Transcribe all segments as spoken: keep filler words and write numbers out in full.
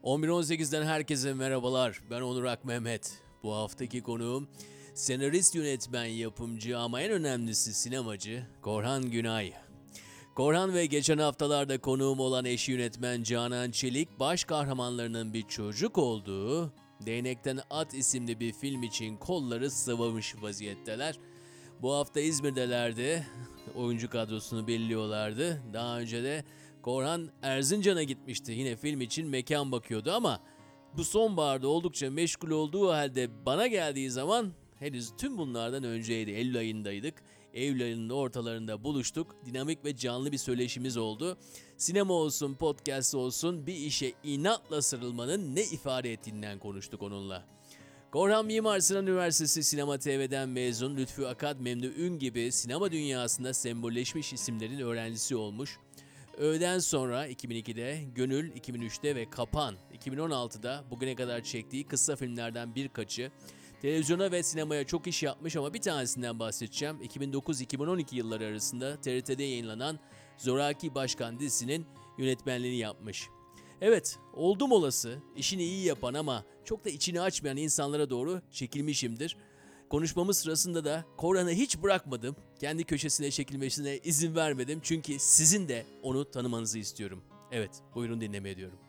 on bir on sekizden herkese merhabalar. Ben Onur Ak Mehmet. Bu haftaki konuğum senarist, yönetmen, yapımcı ama en önemlisi sinemacı Korhan Günay. Korhan ve geçen haftalarda konuğum olan eşi yönetmen Canan Çelik, baş kahramanlarının bir çocuk olduğu Değnekten At isimli bir film için kolları sıvamış vaziyetteler. Bu hafta İzmir'delerdi. Oyuncu kadrosunu belirliyorlardı. Daha önce de Korhan Erzincan'a gitmişti. Yine film için mekan bakıyordu ama bu sonbaharda oldukça meşgul olduğu halde bana geldiği zaman henüz tüm bunlardan önceydi. Eylül ayındaydık. Eylül ayının ortalarında buluştuk. Dinamik ve canlı bir söyleşimiz oldu. Sinema olsun, podcast olsun bir işe inatla sarılmanın ne ifade ettiğinden konuştuk onunla. Korhan Mimar Sinan Üniversitesi Sinema T V'den mezun, Lütfü Akad, Memdu Ün gibi sinema dünyasında sembolleşmiş isimlerin öğrencisi olmuş. Öğleden sonra iki bin ikide, Gönül iki bin üçte ve Kapan iki bin on altıda bugüne kadar çektiği kısa filmlerden birkaçı, televizyona ve sinemaya çok iş yapmış ama bir tanesinden bahsedeceğim. iki bin dokuz iki bin on iki yılları arasında T R T'de yayınlanan Zoraki Başkan dizisinin yönetmenliğini yapmış. Evet, oldum olası, işini iyi yapan ama çok da içini açmayan insanlara doğru çekilmişimdir. Konuşmamız sırasında da Korhan'ı hiç bırakmadım. Kendi köşesine çekilmesine izin vermedim. Çünkü sizin de onu tanımanızı istiyorum. Evet, buyurun dinlemeye diyorum.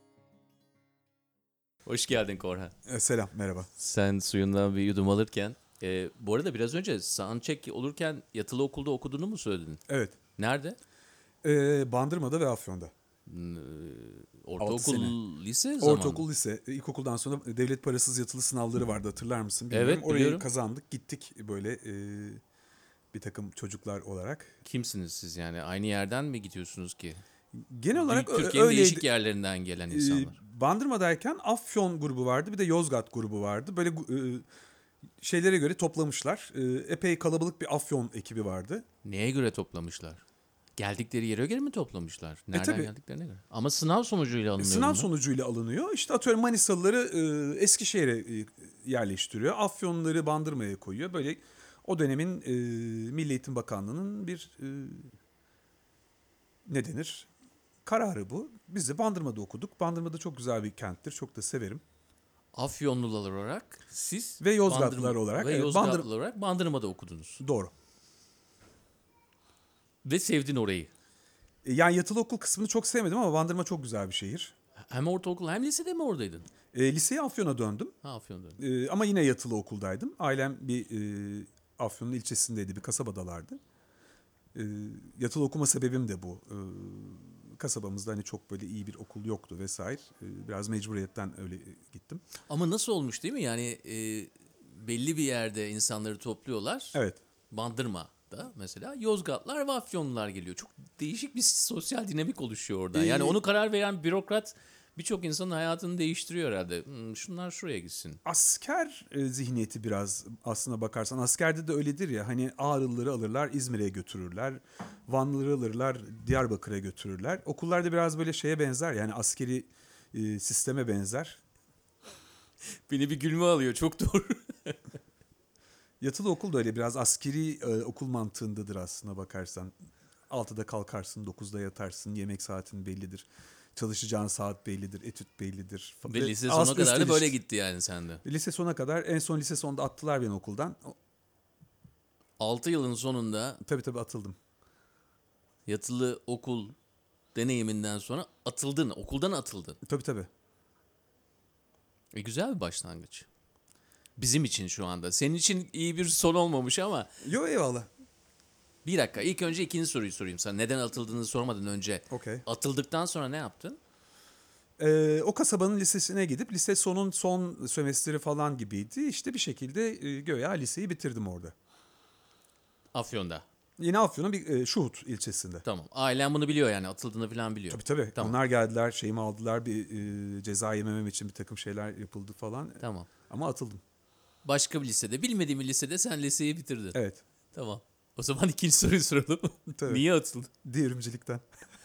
Hoş geldin Korhan. E, selam, merhaba. Sen suyundan bir yudum alırken, e, bu arada biraz önce soundcheck olurken yatılı okulda okuduğunu mu söyledin? Evet. Nerede? E, Bandırma'da ve Afyon'da. Ortaokul, lise zamanı. Ortaokul, lise. İlkokuldan sonra devlet parasız yatılı sınavları vardı, hatırlar mısın bilmiyorum. Evet, Orayı biliyorum. kazandık, gittik böyle e, bir takım çocuklar olarak. Kimsiniz siz yani? Aynı yerden mi gidiyorsunuz ki? Genel olarak ö- Türkiye'nin öyleydi. değişik yerlerinden gelen insanlar. E, Bandırma'dayken Afyon grubu vardı, bir de Yozgat grubu vardı. Böyle e, şeylere göre toplamışlar. E, epey kalabalık bir Afyon ekibi vardı. Neye göre toplamışlar? Geldikleri yere göre mi toplamışlar? Nereden tabii. geldiklerine göre. Ama sınav sonucuyla alınıyor. Sınav bunlar. sonucuyla alınıyor. İşte atıyorum Manisalıları e, Eskişehir'e e, yerleştiriyor. Afyonları Bandırma'ya koyuyor. Böyle o dönemin e, Milli Eğitim Bakanlığı'nın bir e, ne denir? Kararı bu. Biz de Bandırma'da okuduk. Bandırma'da çok güzel bir kenttir. Çok da severim. Afyonlular olarak siz Ve Yozgatlılar Bandırma- olarak, ve evet, Yozgatlılar Bandır- olarak Bandırma'da okudunuz. Doğru. Ve sevdin orayı. E, yani yatılı okul kısmını çok sevmedim ama Bandırma çok güzel bir şehir. Hem ortaokul hem lisede mi oradaydın? E, liseye Afyon'a döndüm. Ha, Afyon'da. E, ama yine yatılı okuldaydım. Ailem bir e, Afyon'un ilçesindeydi, bir kasabadalardı. E, yatılı okuma sebebim de bu. E, kasabamızda hani çok böyle iyi bir okul yoktu vesaire. E, biraz mecburiyetten öyle gittim. Ama nasıl olmuş değil mi? Yani e, belli bir yerde insanları topluyorlar. Evet. Bandırma'da mesela Yozgatlar ve Afyonlular geliyor. Çok değişik bir sosyal dinamik oluşuyor oradan. Ee, Yani onu karar veren bürokrat birçok insanın hayatını değiştiriyor herhalde. Hmm, şunlar şuraya gitsin. Asker e, zihniyeti biraz aslına bakarsan. Askerde de öyledir ya, hani Ağrılıları alırlar İzmir'e götürürler. Vanlıları alırlar Diyarbakır'a götürürler. Okullarda biraz böyle şeye benzer, yani askeri e, sisteme benzer. Beni bir gülme alıyor, çok doğru. Yatılı okul da öyle biraz askeri e, okul mantığındadır aslına bakarsan. altıda kalkarsın, dokuzda yatarsın, yemek saatin bellidir. Çalışacağın saat bellidir, etüt bellidir. Ve lise Az sona kadar da gösteriş- böyle gitti yani sende. Lise sona kadar, en son lise sonunda attılar beni okuldan. O- altı yılın sonunda Tabii tabii atıldım. yatılı okul deneyiminden sonra atıldın, okuldan atıldın. Tabii tabii. E, güzel bir başlangıç. Bizim için şu anda. Senin için iyi bir son olmamış ama Yo, eyvallah. bir dakika, ilk önce ikinci soruyu sorayım sana. Neden atıldığını sormadan önce. Okey. Atıldıktan sonra ne yaptın? Ee, o kasabanın lisesine gidip lise sonun son sömestri falan gibiydi. İşte bir şekilde e, göya liseyi bitirdim orada. Afyon'da. Yine Afyon'un bir e, Şuhut ilçesinde. Tamam. Ailen bunu biliyor yani, atıldığını falan biliyor. Tabii tabii. Tamam. Onlar geldiler, şeyimi aldılar, bir e, ceza yememem için bir takım şeyler yapıldı falan. Tamam. Ama atıldım. Başka bir lisede, bilmediğim bir lisede sen liseyi bitirdin. Evet. Tamam. O zaman ikinci soruyu soralım. Tabii. Niye atıldın? Devrimcilikten.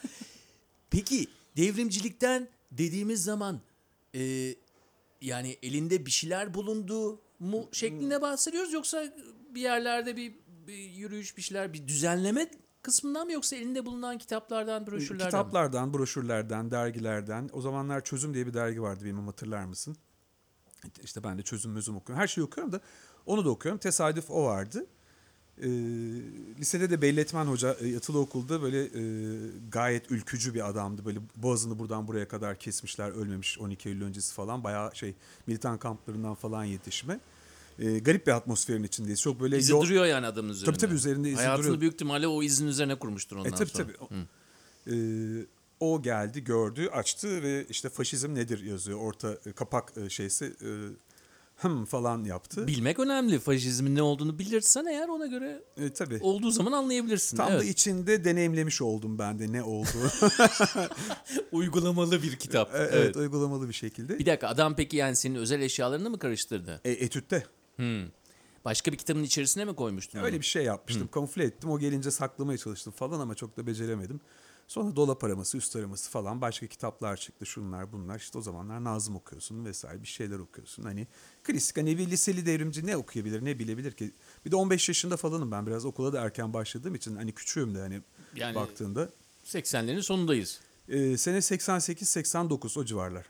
Peki devrimcilikten dediğimiz zaman e, yani elinde bir şeyler bulundu mu şeklinde bahsediyoruz, yoksa bir yerlerde bir, bir yürüyüş, bir şeyler, bir düzenleme kısmından mı yoksa elinde bulunan kitaplardan, broşürlerden mi? Kitaplardan, broşürlerden, dergilerden. O zamanlar Çözüm diye bir dergi vardı, bilmem hatırlar mısın? İşte ben de Çözüm Mözüm okuyorum. Her şeyi okuyorum da onu da okuyorum. Tesadüf o vardı. Ee, lisede de Belli Etmen Hoca e, yatılı okulda böyle e, gayet ülkücü bir adamdı. Böyle boğazını buradan buraya kadar kesmişler, ölmemiş, on iki Eylül öncesi falan. Bayağı şey, militan kamplarından falan yetişme. Ee, garip bir atmosferin içindeyiz. Çok böyle İzi yol... duruyor yani adamın üzerinde. Tabii tabii, üzerinde izi Hayatını duruyor. büyük ihtimalle o izin üzerine kurmuştur ondan E tabii sonra. tabii. O, e, o geldi, gördü, açtı ve işte faşizm nedir yazıyor. Orta e, kapak e, şeysi e, hım falan yaptı. Bilmek önemli. Faşizmin ne olduğunu bilirsen eğer ona göre E, tabii. olduğu zaman anlayabilirsin. Tam evet. da içinde deneyimlemiş oldum ben de ne olduğu. Uygulamalı bir kitap. evet, evet. uygulamalı bir şekilde. Bir dakika, adam peki yani senin özel eşyalarını mı karıştırdı? E, etütte. Hmm. Başka bir kitabın içerisine mi koymuştun Öyle onu? bir şey yapmıştım. Kamufle ettim. O gelince saklamaya çalıştım falan ama çok da beceremedim. Sonra dolap araması, üst araması falan, başka kitaplar çıktı. Şunlar bunlar. İşte o zamanlar Nazım okuyorsun vesaire, bir şeyler okuyorsun. Hani klasik, hani bir liseli devrimci ne okuyabilir, ne bilebilir ki? Bir de on beş yaşında falanım ben. Biraz okula da erken başladığım için hani küçüğüm de hani Yani baktığında. seksenlerin sonundayız. Ee, sene seksen sekiz seksen dokuz o civarlar.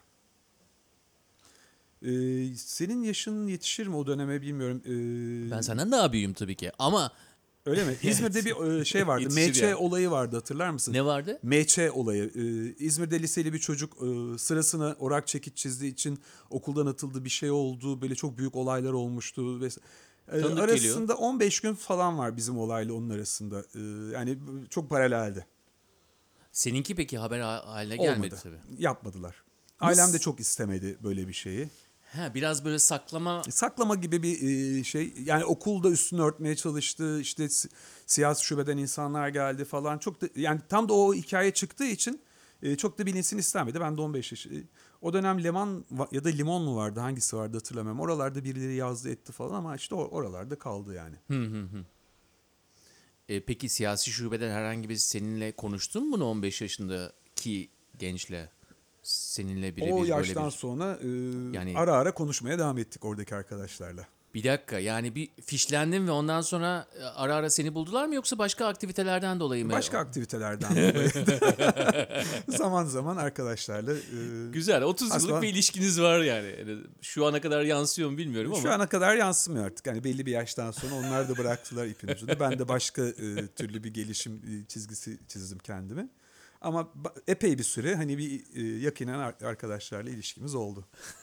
Ee, senin yaşın yetişir mi o döneme bilmiyorum. Ee, Ben senden daha büyüğüm tabii ki ama Öyle mi? İzmir'de bir e, şey vardı. Yetişir M Ç yani. olayı vardı, hatırlar mısın? ne vardı? M Ç olayı. Ee, İzmir'de liseli bir çocuk e, sırasına orak çekiç çizdiği için okuldan atıldı, bir şey oldu. Böyle çok büyük olaylar olmuştu. Ve, e, Tanıdık arasında on beş gün falan var bizim olayla onun arasında. E, yani çok paraleldi. Seninki peki haber ha- haline gelmedi Olmadı. tabii. Yapmadılar. Nasıl? Ailem de çok istemedi böyle bir şeyi. Ha, biraz böyle saklama. Saklama gibi bir e, şey. Yani okulda üstünü örtmeye çalıştı. İşte si- siyasi şubeden insanlar geldi falan. Çok da, yani tam da o hikaye çıktığı için e, çok da bilinsin istemedi. Ben de on beş yaş. e, O dönem Leman va- ya da Limon mu vardı? Hangisi vardı hatırlamıyorum. Oralarda birileri yazdı etti falan ama işte or- oralarda kaldı yani. Hı hı hı. E, peki siyasi şubeden herhangi birisi seninle konuştun mu bunu on beş yaşındaki gençle? Seninle birebir O böyle yaştan bir... sonra e, Yani- ara ara konuşmaya devam ettik oradaki arkadaşlarla. Bir dakika, yani bir fişlendin ve ondan sonra e, ara ara seni buldular mı yoksa başka aktivitelerden dolayı mı? Başka aktivitelerden dolayı zaman zaman arkadaşlarla e, Güzel, otuz Aslında- yıllık bir ilişkiniz var yani. Yani şu ana kadar yansıyor mu bilmiyorum ama. Şu ana kadar yansımıyor artık. Yani belli bir yaştan sonra onlar da bıraktılar ipin ucunu. Ben de başka e, türlü bir gelişim e, çizgisi çizdim kendime. Ama ba- epey bir süre hani bir e, yakinen ar- arkadaşlarla ilişkimiz oldu.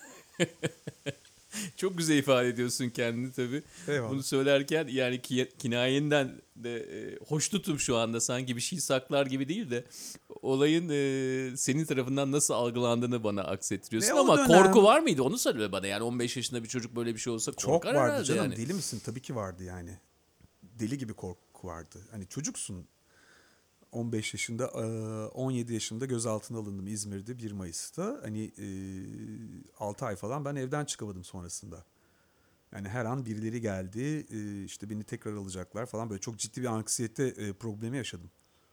Çok güzel ifade ediyorsun kendini tabii. Eyvallah. Bunu söylerken yani ki, kinayenden de e, hoşnutum şu anda, sanki bir şey saklar gibi değil de olayın e, senin tarafından nasıl algılandığını bana aksettiriyorsun. Ve o Ama dönem- korku var mıydı, onu söyle bana. Yani on beş yaşında bir çocuk böyle bir şey olsa Çok korkar vardı herhalde canım. yani. Deli misin? Tabii ki vardı yani. Deli gibi korku vardı. Hani çocuksun. on beş yaşında, e, on yedi yaşında gözaltına alındım İzmir'de bir Mayıs'ta. Hani e, altı ay falan ben evden çıkamadım sonrasında. Yani her an birileri geldi, e, işte beni tekrar alacaklar falan, böyle çok ciddi bir anksiyete e, problemi yaşadım.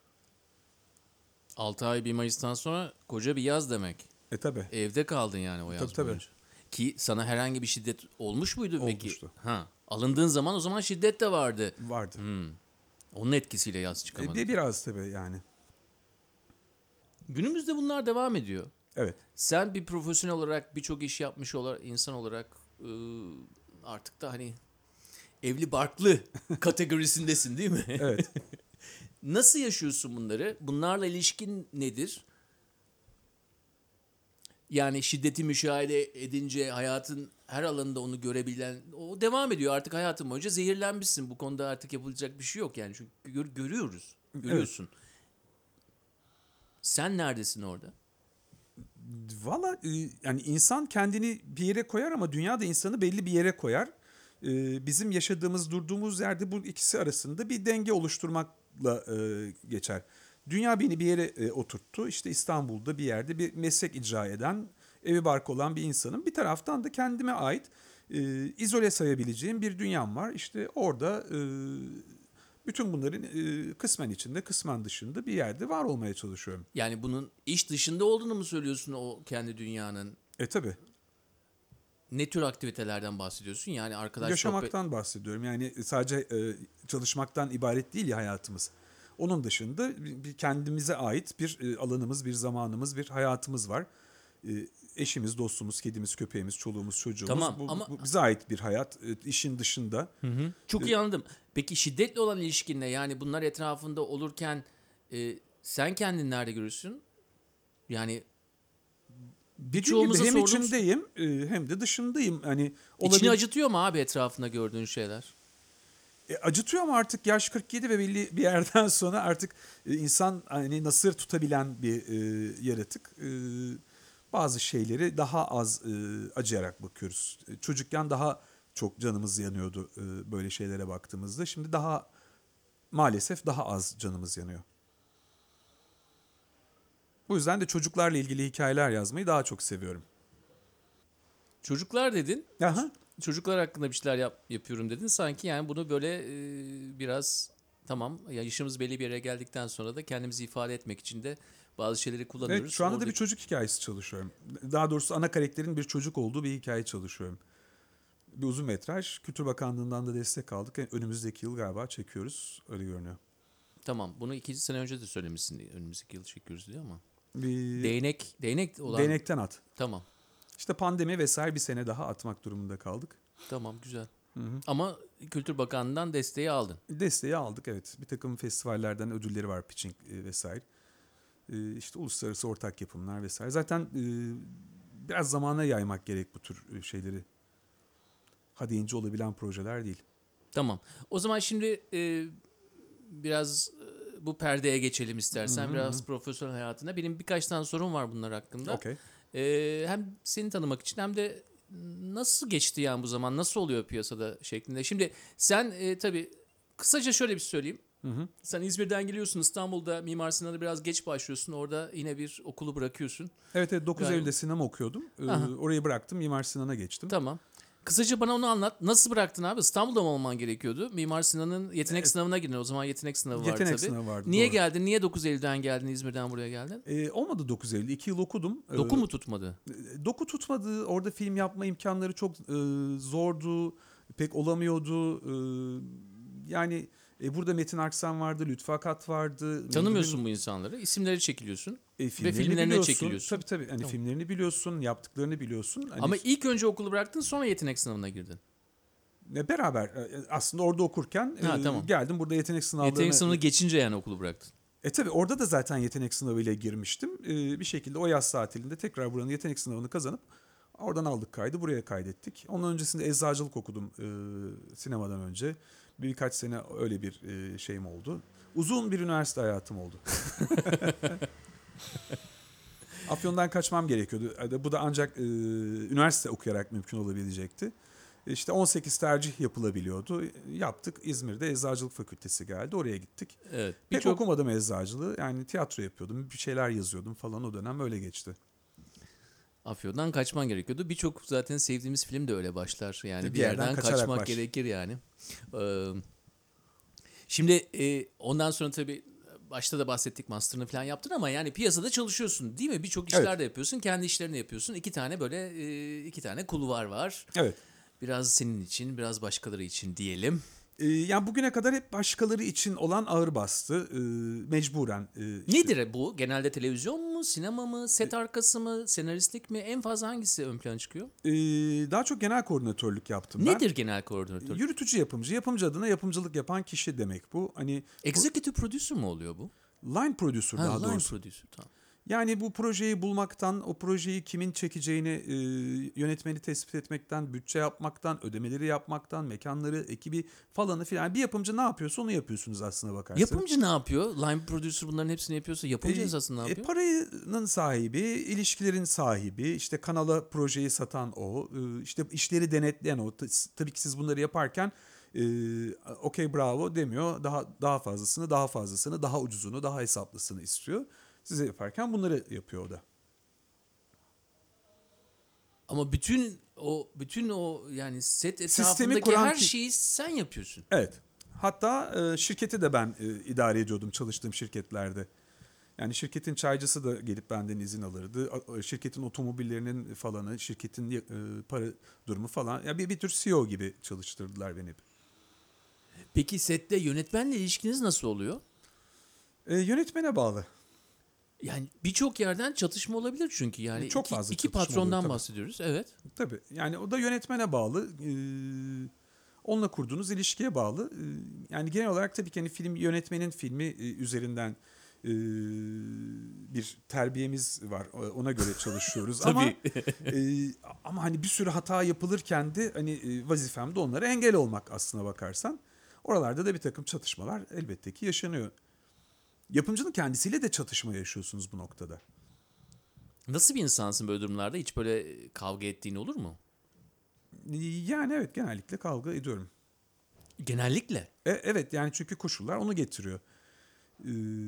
altı ay bir Mayıs'tan sonra koca bir yaz demek. E tabi. Evde kaldın yani o yaz Tabii, tabii. boyunca. Ki sana herhangi bir şiddet olmuş muydu peki? Olmuştu. Ha, alındığın zaman o zaman şiddet de vardı. Vardı. Onun etkisiyle yaz E, çıkamadın. bir biraz tabii yani. Günümüzde bunlar devam ediyor. Evet. Sen bir profesyonel olarak, birçok iş yapmış olarak, insan olarak e, artık da hani evli barklı kategorisindesin değil mi? Evet. Nasıl yaşıyorsun bunları? Bunlarla ilişkin nedir? Yani şiddeti müşahede edince hayatın her alanında onu görebilen, o devam ediyor. Artık hayatın boyunca zehirlenmişsin. Bu konuda artık yapılacak bir şey yok yani. Çünkü gör- görüyoruz. Görüyorsun. Sen neredesin orada? Valla e, yani insan kendini bir yere koyar ama dünya da insanı belli bir yere koyar. E, bizim yaşadığımız, durduğumuz yerde bu ikisi arasında bir denge oluşturmakla e, geçer. Dünya beni bir yere e, oturttu. İşte İstanbul'da bir yerde bir meslek icra eden, evi barkı olan bir insanım. Bir taraftan da kendime ait e, izole sayabileceğim bir dünyam var. İşte orada e, bütün bunların e, kısmen içinde, kısmen dışında bir yerde var olmaya çalışıyorum. Yani bunun iş dışında olduğunu mu söylüyorsun, o kendi dünyanın? E tabii. Ne tür aktivitelerden bahsediyorsun? Yani arkadaş sohbet... Yaşamaktan bahsediyorum. Yani sadece e, çalışmaktan ibaret değil ya hayatımız. Onun dışında bir bir kendimize ait bir e, alanımız, bir zamanımız, bir hayatımız var. E, Eşimiz, dostumuz, kedimiz, köpeğimiz, çoluğumuz, çocuğumuz. Tamam Bu, ama bu bize ait bir hayat. E, işin dışında. çok iyi anladım. Peki şiddetli olan ilişkinle, yani bunlar etrafında olurken e, sen kendini nerede görürsün? Yani Dediğim gibi birçoğumuza hem sorduğum içindeyim e, hem de dışındayım. Hani içini olabil- acıtıyor mu abi etrafında gördüğün şeyler? E, acıtıyor ama artık yaş kırk yedi ve belli bir yerden sonra artık e, insan hani nasır tutabilen bir e, yaratık. E, bazı şeyleri daha az e, acıyarak bakıyoruz. E, çocukken daha çok canımız yanıyordu e, böyle şeylere baktığımızda. Şimdi daha maalesef daha az canımız yanıyor. Bu yüzden de çocuklarla ilgili hikayeler yazmayı daha çok seviyorum. Çocuklar dedin. Aha. Çocuklar hakkında bir şeyler yap, yapıyorum dedin. Sanki yani bunu böyle e, biraz tamam ya, yaşımız belli bir yere geldikten sonra da kendimizi ifade etmek için de bazı şeyleri kullanıyoruz. Evet, şu anda da bir Oradaki- çocuk hikayesi çalışıyorum. Daha doğrusu ana karakterin bir çocuk olduğu bir hikaye çalışıyorum. Bir uzun metraj. Kültür Bakanlığı'ndan da destek aldık. Yani önümüzdeki yıl galiba çekiyoruz. Öyle görünüyor. Tamam, bunu iki sene önce de söylemişsin, önümüzdeki yıl çekiyoruz diye ama. Bir Değnek, değnek olan. değnekten at. Tamam, İşte pandemi vesaire bir sene daha atmak durumunda kaldık. tamam güzel. Ama Kültür Bakanlığı'ndan desteği aldın. Desteği aldık, evet. Bir takım festivallerden ödülleri var, pitching e, vesaire. E, işte uluslararası ortak yapımlar vesaire. Zaten e, biraz zamana yaymak gerek bu tür e, şeyleri. Ha deyince olabilen projeler değil. Tamam. O zaman şimdi e, biraz e, bu perdeye geçelim istersen. Biraz profesyonel hayatına. Benim birkaç tane sorum var bunlar hakkında. Okey. E, hem seni tanımak için hem de nasıl geçti yani bu zaman? Nasıl oluyor piyasada şeklinde. Şimdi sen e, tabii kısaca şöyle bir şey söyleyeyim. Sen İzmir'den geliyorsun. İstanbul'da Mimar Sinan'a biraz geç başlıyorsun. Orada yine bir okulu bırakıyorsun. Evet, evet, dokuz Yani- Eylül'de sinema okuyordum. E, Aha. orayı bıraktım, Mimar Sinan'a geçtim. Tamam. Kısaca bana onu anlat. Nasıl bıraktın abi? İstanbul'da mı olman gerekiyordu? Mimar Sinan'ın yetenek sınavına girdin. O zaman yetenek sınavı vardı Yetenek tabii. sınavı vardı, Niye doğru. geldin? Niye dokuz Eylül'den geldin? İzmir'den buraya geldin? E, olmadı dokuz Eylül. iki yıl okudum. E, Doku mu tutmadı? Doku tutmadı. Orada film yapma imkanları çok e, zordu. Pek olamıyordu. E, yani e, burada Metin Aksan vardı, Lütfü Akat vardı. Tanımıyorsun bu insanları. İsimleri çekiliyorsun. E, filmlerini filmlerine biliyorsun. çekiliyorsun. Tabii tabii. Hani Tamam. filmlerini biliyorsun, yaptıklarını biliyorsun. Hani Ama ilk önce okulu bıraktın, sonra yetenek sınavına girdin. e, beraber e, aslında orada okurken e, Ha, tamam. geldim burada yetenek sınavlarına. Yetenek sınavını geçince yani okulu bıraktın. E tabii orada da zaten yetenek sınavıyla girmiştim. E, bir şekilde o yaz tatilinde tekrar buranın yetenek sınavını kazanıp oradan aldık kaydı, buraya kaydettik. Onun öncesinde eczacılık okudum e, sinemadan önce. Birkaç sene öyle bir e, şeyim oldu. Uzun bir üniversite hayatım oldu. Afyon'dan kaçmam gerekiyordu. E, Bu da ancak e, üniversite okuyarak mümkün olabilecekti. İşte on sekiz tercih yapılabiliyordu. Yaptık. İzmir'de Eczacılık Fakültesi geldi. Oraya gittik. Evet. Pek Birçok okumadım eczacılığı. Yani tiyatro yapıyordum. Bir şeyler yazıyordum falan, o dönem öyle geçti. Afyon'dan kaçman gerekiyordu. Birçok zaten sevdiğimiz film de öyle başlar. Yani bir, Bir yerden yerden kaçarak kaçmak baş- gerekir yani. Ee, şimdi e, ondan sonra tabii başta da bahsettik, master'ını falan yaptın ama yani piyasada çalışıyorsun değil mi? Birçok işler Evet. de yapıyorsun. Kendi işlerini yapıyorsun. İki tane böyle e, iki tane kulvar var. Evet. Biraz senin için, biraz başkaları için diyelim. Ee, yani bugüne kadar hep başkaları için olan ağır bastı. Ee, mecburen. Ee, işte- Nedir bu? Genelde televizyon mu, sinema mı, set arkası mı, senaristlik mi? En fazla hangisi ön plana çıkıyor? Ee, daha çok genel koordinatörlük yaptım ben. Nedir genel koordinatör? Yürütücü yapımcı. Yapımcı adına yapımcılık yapan kişi demek bu. Hani Executive producer mu oluyor bu? line producer Ha, daha line doğrusu. producer, tamam. Yani bu projeyi bulmaktan, o projeyi kimin çekeceğini, e, yönetmeni tespit etmekten, bütçe yapmaktan, ödemeleri yapmaktan, mekanları, ekibi falanı filan. Bir yapımcı ne yapıyorsa onu yapıyorsunuz aslına bakarsanız. Yapımcı ne yapıyor? Line producer bunların hepsini yapıyorsa yapımcı E, esasında ne e, yapıyor? paranın sahibi, ilişkilerin sahibi, işte kanala projeyi satan o, e, işte işleri denetleyen o. Ta- Tabii ki siz bunları yaparken e, okey bravo demiyor. Daha daha fazlasını, daha fazlasını, daha ucuzunu, daha hesaplısını istiyor. Size yaparken bunları yapıyor o da. Ama bütün o bütün o yani set Sistemi etrafındaki kuran her ki- şeyi sen yapıyorsun. Evet. Hatta e, şirketi de ben e, idare ediyordum çalıştığım şirketlerde. Yani şirketin çaycısı da gelip benden izin alırdı. A- a- Şirketin otomobillerinin falanı, şirketin e, para durumu falan. Ya bir, bir tür C E O gibi çalıştırdılar beni. Peki sette yönetmenle ilişkiniz nasıl oluyor? E, yönetmene bağlı. Yani birçok yerden çatışma olabilir çünkü yani Çok iki, fazla iki çatışma patrondan oluyor, tabii. bahsediyoruz. Evet. Tabii yani o da yönetmene bağlı. Ee, onunla kurduğunuz ilişkiye bağlı. Ee, yani genel olarak tabii ki hani film yönetmenin filmi e, üzerinden e, bir terbiyemiz var. O- Ona göre çalışıyoruz ama Tabii. e, ama hani bir sürü hata yapılırken de hani e, vazifem de onlara engel olmak aslına bakarsan. Oralarda da bir takım çatışmalar elbette ki yaşanıyor. Yapımcının kendisiyle de çatışma yaşıyorsunuz bu noktada. Nasıl bir insansın böyle durumlarda? Hiç böyle kavga ettiğin olur mu? Yani evet, genellikle kavga ediyorum. Genellikle. E, evet yani çünkü koşullar onu getiriyor. Ee,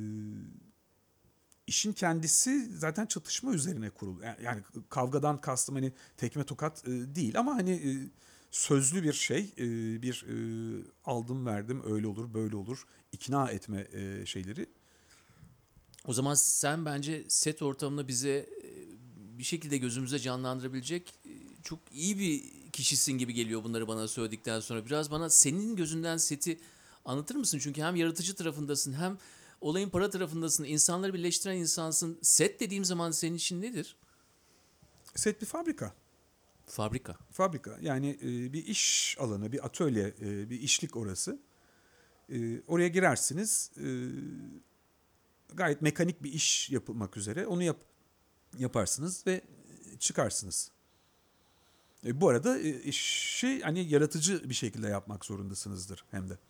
işin kendisi zaten çatışma üzerine kurulu. Yani, yani kavgadan kastım hani tekme tokat e, değil ama hani e, sözlü bir şey, e, bir e, aldım verdim, öyle olur böyle olur, ikna etme e, şeyleri. O zaman sen bence set ortamını bize e, bir şekilde gözümüze canlandırabilecek e, çok iyi bir kişisin gibi geliyor bunları bana söyledikten sonra. Biraz bana senin gözünden seti anlatır mısın? Çünkü hem yaratıcı tarafındasın hem olayın para tarafındasın. İnsanları birleştiren insansın. Set dediğim zaman senin için nedir? Set bir fabrika. Fabrika. Fabrika yani e, bir iş alanı, bir atölye, e, bir işlik orası. E, oraya girersiniz. E, gayet mekanik bir iş yapılmak üzere. Onu yap yaparsınız ve çıkarsınız. E, bu arada e, işi hani yaratıcı bir şekilde yapmak zorundasınızdır hem de.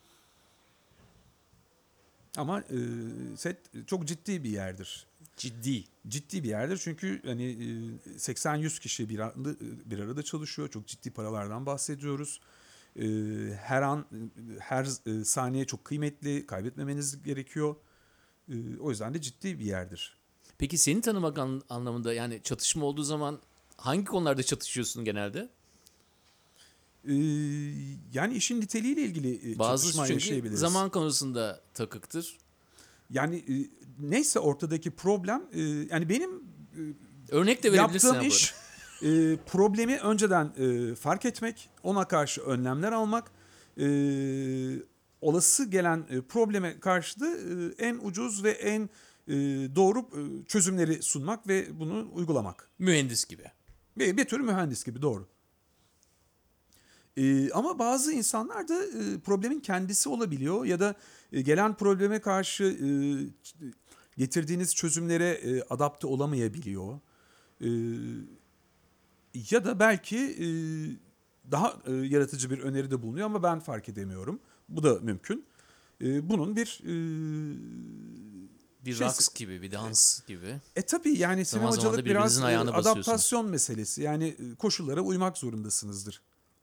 Ama e, set çok ciddi bir yerdir. Ciddi. Ciddi bir yerdir çünkü hani e, seksen yüz kişi bir arada, bir arada çalışıyor. Çok ciddi paralardan bahsediyoruz. E, her an, her e, saniye çok kıymetli. Kaybetmemeniz gerekiyor. E, o yüzden de ciddi bir yerdir. Peki seni tanımak an- anlamında yani çatışma olduğu zaman hangi konularda çatışıyorsun genelde? E, yani işin niteliğiyle ilgili e, Bazısı çatışma çünkü yaşayabiliriz. zaman konusunda takıktır. Yani e, neyse ortadaki problem e, yani benim e, Örnek de verebilirsin yaptığım ha bu arada. iş e, problemi önceden e, fark etmek, ona karşı önlemler almak, e, olası gelen e, probleme karşı da e, en ucuz ve en e, doğru e, çözümleri sunmak ve bunu uygulamak. Mühendis gibi. Bir, bir tür mühendis gibi, doğru. E, ama bazı insanlar da e, problemin kendisi olabiliyor ya da e, gelen probleme karşı e, getirdiğiniz çözümlere e, adapte olamayabiliyor. E, ya da belki e, daha e, yaratıcı bir öneride bulunuyor ama ben fark edemiyorum. Bu da mümkün. E, bunun bir e, Bir şeysi. raks gibi, bir dans gibi. E tabii yani Zaman zaman da sinemacılık biraz birbirinizin e, ayağına basıyorsunuz. adaptasyon meselesi. Yani e, koşullara uymak zorundasınızdır.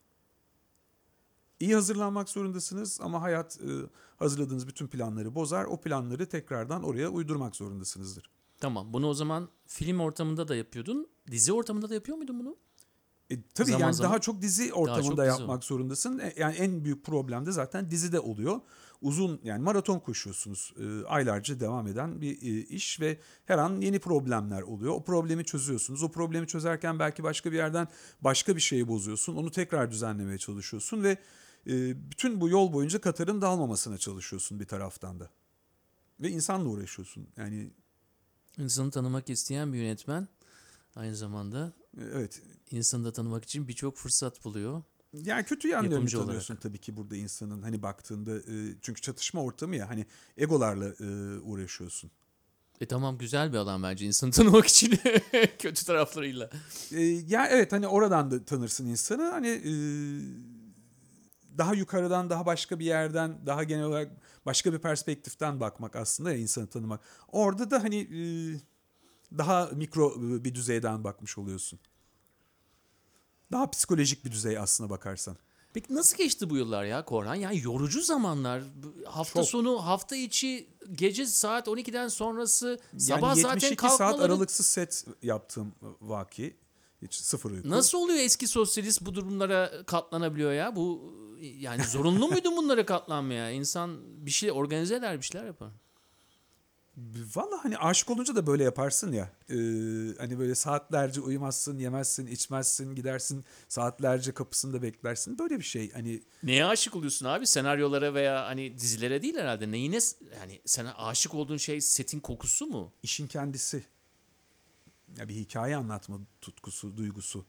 İyi hazırlanmak zorundasınız ama hayat e, hazırladığınız bütün planları bozar. O planları tekrardan oraya uydurmak zorundasınızdır. Tamam. Bunu o zaman film ortamında da yapıyordun. Dizi ortamında da yapıyor muydun bunu? E, tabii Zaman yani zaman. daha çok dizi ortamında dizi yapmak zorundasın. E, yani en büyük problem de zaten dizide oluyor. Uzun yani maraton koşuyorsunuz. E, aylarca devam eden bir e, iş ve her an yeni problemler oluyor. O problemi çözüyorsunuz. O problemi çözerken belki başka bir yerden başka bir şeyi bozuyorsun. Onu tekrar düzenlemeye çalışıyorsun ve e, bütün bu yol boyunca Katar'ın dağılmamasına çalışıyorsun bir taraftan da. Ve insanla uğraşıyorsun. Yani İnsanı tanımak isteyen bir yönetmen aynı zamanda e, evet. insanı da tanımak için birçok fırsat buluyor. Yani kötü yanlarını Yapımcı tanıyorsun olarak. tabii ki burada insanın hani baktığında e, çünkü çatışma ortamı ya hani egolarla e, uğraşıyorsun. E tamam, güzel bir alan bence insanı tanımak için kötü taraflarıyla. E, ya evet hani oradan da tanırsın insanı hani e, daha yukarıdan daha başka bir yerden daha genel olarak başka bir perspektiften bakmak aslında ya insanı tanımak. Orada da hani e, daha mikro e, bir düzeyden bakmış oluyorsun. Daha psikolojik bir düzey aslına bakarsan. Peki nasıl geçti bu yıllar ya Korhan? Yani yorucu zamanlar. Bu Hafta Çok. sonu, hafta içi, gece saat on ikiden sonrası, Yani sabah zaten yetmiş iki kalkmaları. saat aralıksız set yaptığım vaki. Hiç sıfır uyku. Nasıl oluyor eski sosyalist bu durumlara katlanabiliyor ya? Bu yani zorunlu muydu bunlara katlanmaya? İnsan bir şey organize eder, bir şeyler yapar. Valla hani aşık olunca da böyle yaparsın ya. Ee, hani böyle saatlerce uyumazsın, yemezsin, içmezsin, gidersin saatlerce kapısında beklersin. Böyle bir şey. Hani Neye aşık oluyorsun abi? Senaryolara veya hani dizilere değil herhalde. Neyine yani sana aşık olduğun şey setin kokusu mu? işin kendisi. Ya bir hikaye anlatma tutkusu, duygusu.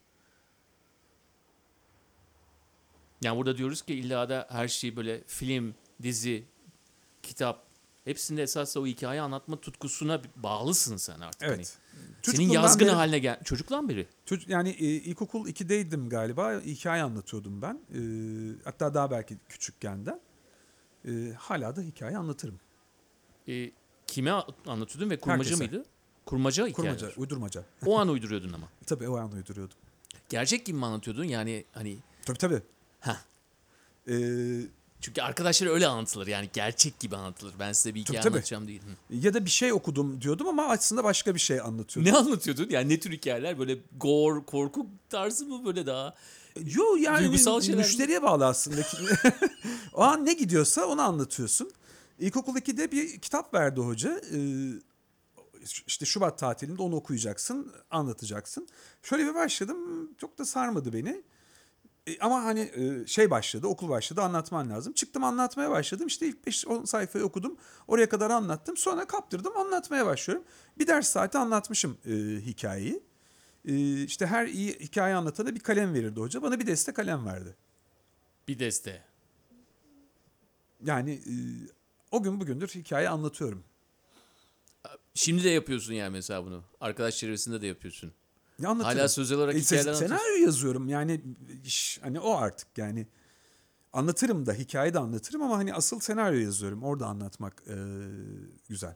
Yani burada diyoruz ki illa da her şeyi böyle film, dizi, kitap hepsinde esasında o hikaye anlatma tutkusuna bağlısın sen artık. Hani Evet. senin Çocukluğumdan yazgın beri- haline gel. Çocuktan beri. Çocuk, yani e, ilkokul ikideydim galiba. Hikaye anlatıyordum ben. E, hatta daha belki küçükken de. E, hala da hikaye anlatırım. E, kime anlatıyordun ve kurmaca Herkese. mıydı? Kurmaca hikayeler. Kurmaca, uydurmaca. O an uyduruyordun ama. Tabii o an uyduruyordum. Gerçek gibi mi anlatıyordun? Yani hani Tabii tabii. ha. E, Çünkü arkadaşlar öyle anlatılır. Yani gerçek gibi anlatılır. Ben size bir hikaye Tabii, tabii. anlatacağım değil. Hı. ya da bir şey okudum diyordum ama aslında başka bir şey anlatıyordum. Ne anlatıyordun? Yani ne tür hikayeler? Böyle gore, korku tarzı mı böyle daha? Yo yani Duygusal şeyler mi? müşteriye bağlı aslında. O an ne gidiyorsa onu anlatıyorsun. İlkokul ikide bir kitap verdi hoca. Ee, işte Şubat tatilinde onu okuyacaksın, anlatacaksın. Şöyle bir başladım. Çok da sarmadı beni. E, ama hani e, şey başladı, okul başladı, anlatman lazım. Çıktım anlatmaya başladım. İşte ilk beş on sayfayı okudum. Oraya kadar anlattım. Sonra kaptırdım, anlatmaya başlıyorum. Bir ders saati anlatmışım e, hikayeyi. E, işte her iyi hikaye anlatana bir kalem verirdi hoca. Bana bir deste kalem verdi. Bir deste. Yani e, o gün bugündür hikaye anlatıyorum. Şimdi de yapıyorsun yani mesela bunu. Arkadaş çevresinde de yapıyorsun. Ne anlatırım? Hala sözel olarak E, hikayeler se- anlatıyorsun. senaryo yazıyorum yani iş, hani o artık yani anlatırım da hikaye de anlatırım ama hani asıl senaryo yazıyorum. Orada anlatmak e, güzel.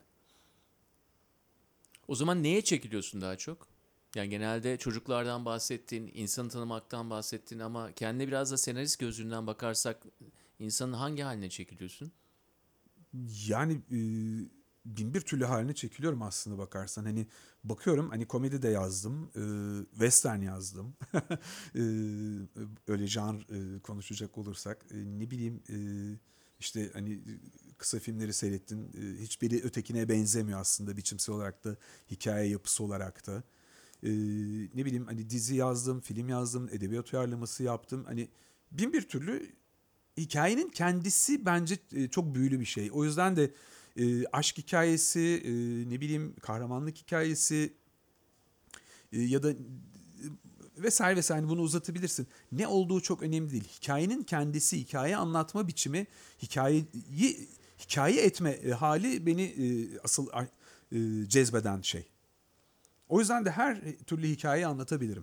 O zaman neye çekiliyorsun daha çok? Yani genelde çocuklardan bahsettin, insanı tanımaktan bahsettin ama kendine biraz da senarist gözünden bakarsak insanın hangi haline çekiliyorsun? Yani e, bin bir türlü haline çekiliyorum aslında bakarsan. Hani bakıyorum hani komedi de yazdım, e, western yazdım. E, öyle janr e, konuşacak olursak e, ne bileyim e, işte hani kısa filmleri seyrettin. E, hiçbiri ötekine benzemiyor aslında biçimsel olarak da, hikaye yapısı olarak da. E, ne bileyim hani dizi yazdım, film yazdım, edebiyat uyarlaması yaptım. Hani bin bir türlü hikayenin kendisi bence e, çok büyülü bir şey. O yüzden de e, aşk hikayesi, e, ne bileyim kahramanlık hikayesi e, ya da e, vesaire vesaire hani bunu uzatabilirsin. Ne olduğu çok önemli değil. Hikayenin kendisi, hikaye anlatma biçimi, hikayeyi hikaye etme e, hali beni e, asıl e, cezbeden şey. O yüzden de her türlü hikayeyi anlatabilirim.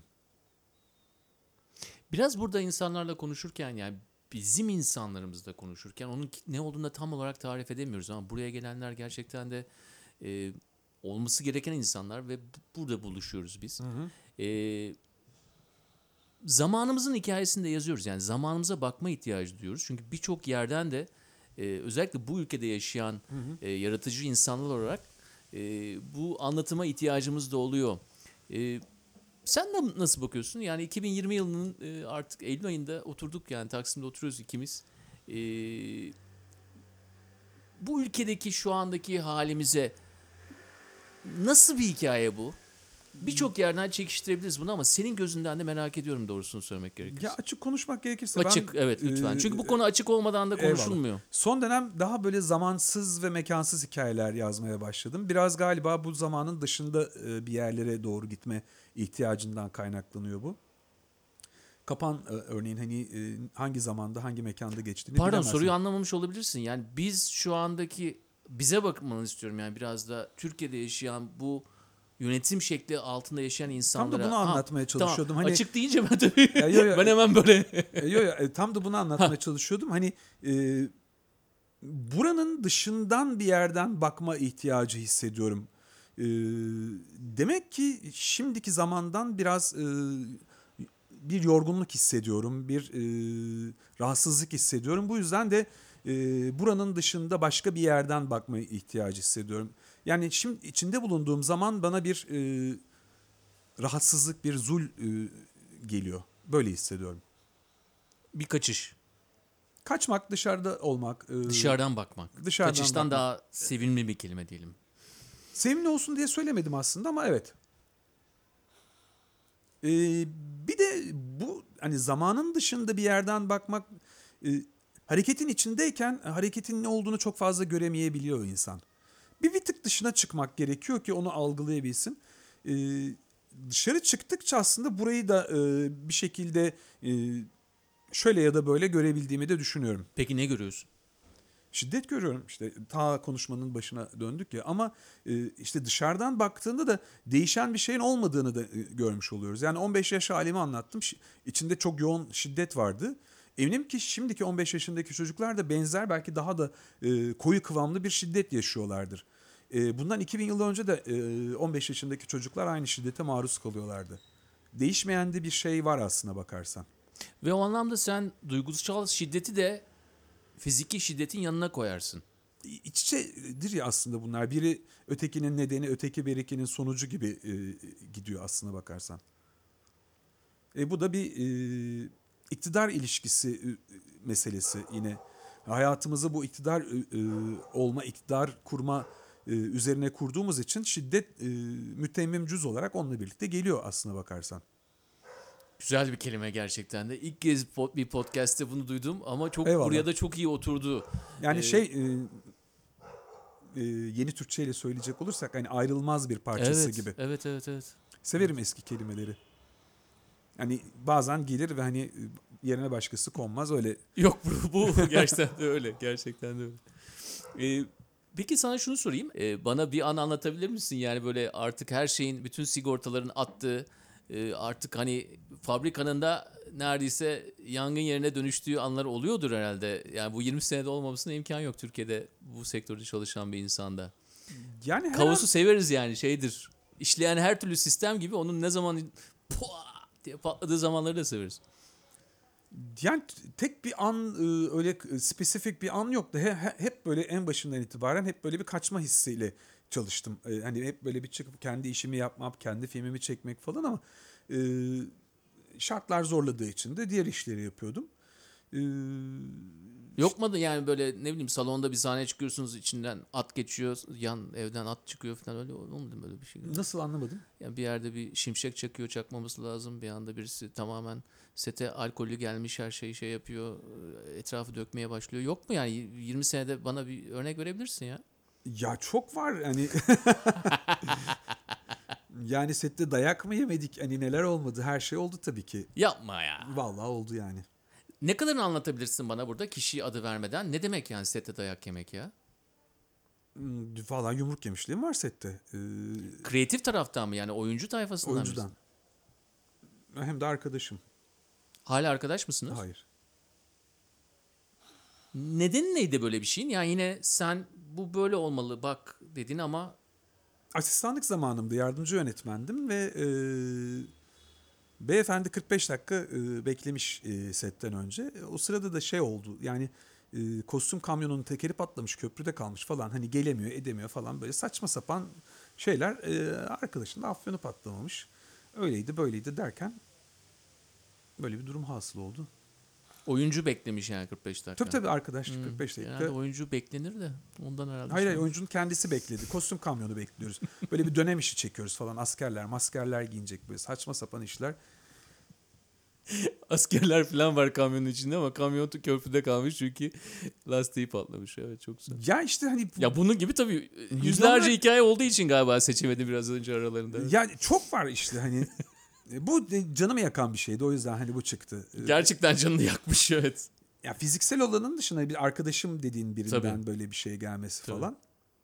Biraz burada insanlarla konuşurken yani bizim insanlarımızla konuşurken onun ki- ne olduğunu da tam olarak tarif edemiyoruz ama buraya gelenler gerçekten de e, olması gereken insanlar ve bu- burada buluşuyoruz biz. E, zamanımızın hikayesini de yazıyoruz. Yani zamanımıza bakma ihtiyacı duyuyoruz. Çünkü birçok yerden de e, özellikle bu ülkede yaşayan e, yaratıcı insanlar olarak e, bu anlatıma ihtiyacımız da oluyor. E, sen de nasıl bakıyorsun? Yani iki bin yirmi yılının e, artık Eylül ayında oturduk yani Taksim'de oturuyoruz ikimiz. E, bu ülkedeki şu andaki halimize nasıl bir hikaye bu? Birçok yerden çekiştirebiliriz bunu ama senin gözünden de merak ediyorum doğrusunu söylemek gerekirse. Ya açık konuşmak gerekirse Açık ben evet lütfen. e, Çünkü bu konu açık olmadan da Eyvallah. konuşulmuyor. Son dönem daha böyle zamansız ve mekansız hikayeler yazmaya başladım. Biraz galiba bu zamanın dışında e, bir yerlere doğru gitme ihtiyacından kaynaklanıyor bu. Kapan e, örneğin hani e, hangi zamanda hangi mekanda geçtiğini Pardon bilemezsin. soruyu anlamamış olabilirsin. Yani biz şu andaki bize bakmanı istiyorum yani biraz da Türkiye'de yaşayan bu yönetim şekli altında yaşayan insanlara. bunu Ha, anlatmaya çalışıyordum. Tamam. Hani- Açık deyince ben tabii Ya, yo, yo, ben hemen böyle E, yo, yo, e, tam da bunu anlatmaya çalışıyordum. Hani e, buranın dışından bir yerden bakma ihtiyacı hissediyorum. E, demek ki şimdiki zamandan biraz e, bir yorgunluk hissediyorum, bir e, rahatsızlık hissediyorum. Bu yüzden de e, buranın dışında başka bir yerden bakma ihtiyacı hissediyorum. Yani şimdi içinde bulunduğum zaman bana bir e, rahatsızlık, bir zul e, geliyor. Böyle hissediyorum. bir kaçış. Kaçmak, dışarıda olmak. e, Dışarıdan bakmak. Dışarıdan Kaçıştan bakmak. daha sevimli bir kelime diyelim. Sevimli olsun diye söylemedim aslında ama evet. Ee, bir de bu hani zamanın dışında bir yerden bakmak, e, hareketin içindeyken hareketin ne olduğunu çok fazla göremeyebiliyor insan. Bir bir tık dışına çıkmak gerekiyor ki onu algılayabilsin. Ee, dışarı çıktıkça aslında burayı da e, bir şekilde e, şöyle ya da böyle görebildiğimi de düşünüyorum. Peki ne görüyorsun? Şiddet görüyorum, işte ta konuşmanın başına döndük ya, ama e, işte dışarıdan baktığında da değişen bir şeyin olmadığını da e, görmüş oluyoruz. Yani on beş yaş halimi anlattım. Şi- içinde çok yoğun şiddet vardı. Eminim ki şimdiki on beş yaşındaki çocuklar da benzer, belki daha da e, koyu kıvamlı bir şiddet yaşıyorlardır. E, bundan iki bin yıl önce de e, on beş yaşındaki çocuklar aynı şiddete maruz kalıyorlardı. Değişmeyen de bir şey var aslına bakarsan. Ve o anlamda sen duygusal şiddeti de fiziki şiddetin yanına koyarsın. İç içedir ya aslında bunlar. Biri ötekinin nedeni, öteki berikinin sonucu gibi e, gidiyor aslına bakarsan. E, bu da bir e, iktidar ilişkisi e, meselesi yine. Hayatımızı bu iktidar e, e, olma, iktidar kurma e, üzerine kurduğumuz için şiddet e, mütemmim cüz olarak onunla birlikte geliyor aslına bakarsan. Güzel bir kelime gerçekten de. İlk kez po- bir podcast'te bunu duydum ama çok Eyvallah. buraya da çok iyi oturdu. Yani Ee, şey e, e, yeni Türkçeyle söyleyecek olursak hani ayrılmaz bir parçası Evet, gibi. evet, evet, evet. Severim eski kelimeleri. Hani bazen gelir ve hani yerine başkası konmaz, öyle. Yok bu, bu gerçekten de öyle. Gerçekten de öyle. Ee, peki sana şunu sorayım. Ee, bana bir an anlatabilir misin? Yani böyle artık her şeyin, bütün sigortaların attığı, e, artık hani fabrikanın da neredeyse yangın yerine dönüştüğü anlar oluyordur herhalde. Yani bu yirmi senede olmamasına imkan yok Türkiye'de bu sektörde çalışan bir insanda. Yani her Kaosu an, severiz yani şeydir. İşleyen her türlü sistem gibi onun ne zaman pua diye patladığı zamanları da severiz. yani tek bir an e, öyle spesifik bir an yoktu. He- he- Hep böyle en başından itibaren hep böyle bir kaçma hissiyle çalıştım. E, Hani hep böyle bir çıkıp kendi işimi yapmak, kendi filmimi çekmek falan, ama e, şartlar zorladığı için de diğer işleri yapıyordum. E, Yok mu da yani böyle ne bileyim salonda bir sahne çıkıyorsunuz içinden at geçiyor yan evden at çıkıyor falan öyle olmadı mı böyle bir şey? Nasıl, anlamadım? Yani bir yerde bir şimşek çakıyor çakmaması lazım bir anda birisi tamamen sete alkollü gelmiş her şeyi şey yapıyor etrafı dökmeye başlıyor. Yok mu yani yirmi senede bana bir örnek verebilirsin ya? Ya çok var hani. Yani sette dayak mı yemedik? Hani neler olmadı? Her şey oldu tabii ki. Yapma ya. Vallahi oldu yani. Ne kadarını anlatabilirsin bana burada kişi adı vermeden? Ne demek yani sette dayak yemek ya? Hmm, Vallahi yumruk yemişliğim var sette. Ee, Kreatif taraftan mı yani oyuncu tayfasından oyuncudan. mısın? Hem de arkadaşım. Hala arkadaş mısınız? Hayır. Nedeni neydi böyle bir şeyin? Yani yine sen bu böyle olmalı bak dedin ama Asistanlık zamanımda yardımcı yönetmendim ve e, beyefendi kırk beş dakika e, beklemiş e, setten önce. E, O sırada da şey oldu. Yani e, kostüm kamyonunun tekeri patlamış, köprüde kalmış falan. Hani gelemiyor, edemiyor falan, böyle saçma sapan şeyler. E, arkadaşın da afyonu patlamamış. Öyleydi, böyleydi derken böyle bir durum hasıl oldu. oyuncu beklemiş yani kırk beş dakika. Tabii tabii, arkadaş Hmm, kırk beş Genelde dakika. oyuncu beklenir de ondan herhalde. Hayır hayır, şey- oyuncunun kendisi bekledi. Kostüm kamyonu bekliyoruz. Böyle bir dönem işi çekiyoruz falan. Askerler, maskerler giyinecek, böyle saçma sapan işler. Askerler falan var kamyonun içinde ama kamyon da köprüde kalmış çünkü lastiği patlamış. Evet çok güzel. Ya işte hani bu- Ya bunun gibi tabii yüzlerce hikaye olduğu için galiba seçemedi biraz önce aralarında. yani çok var işte hani. E, Bu de canımı yakan bir şeydi, o yüzden hani bu çıktı. E, Gerçekten canını yakmış evet. Ya fiziksel olanın dışında bir arkadaşım dediğin birinden Tabii. böyle bir şey gelmesi Tabii. falan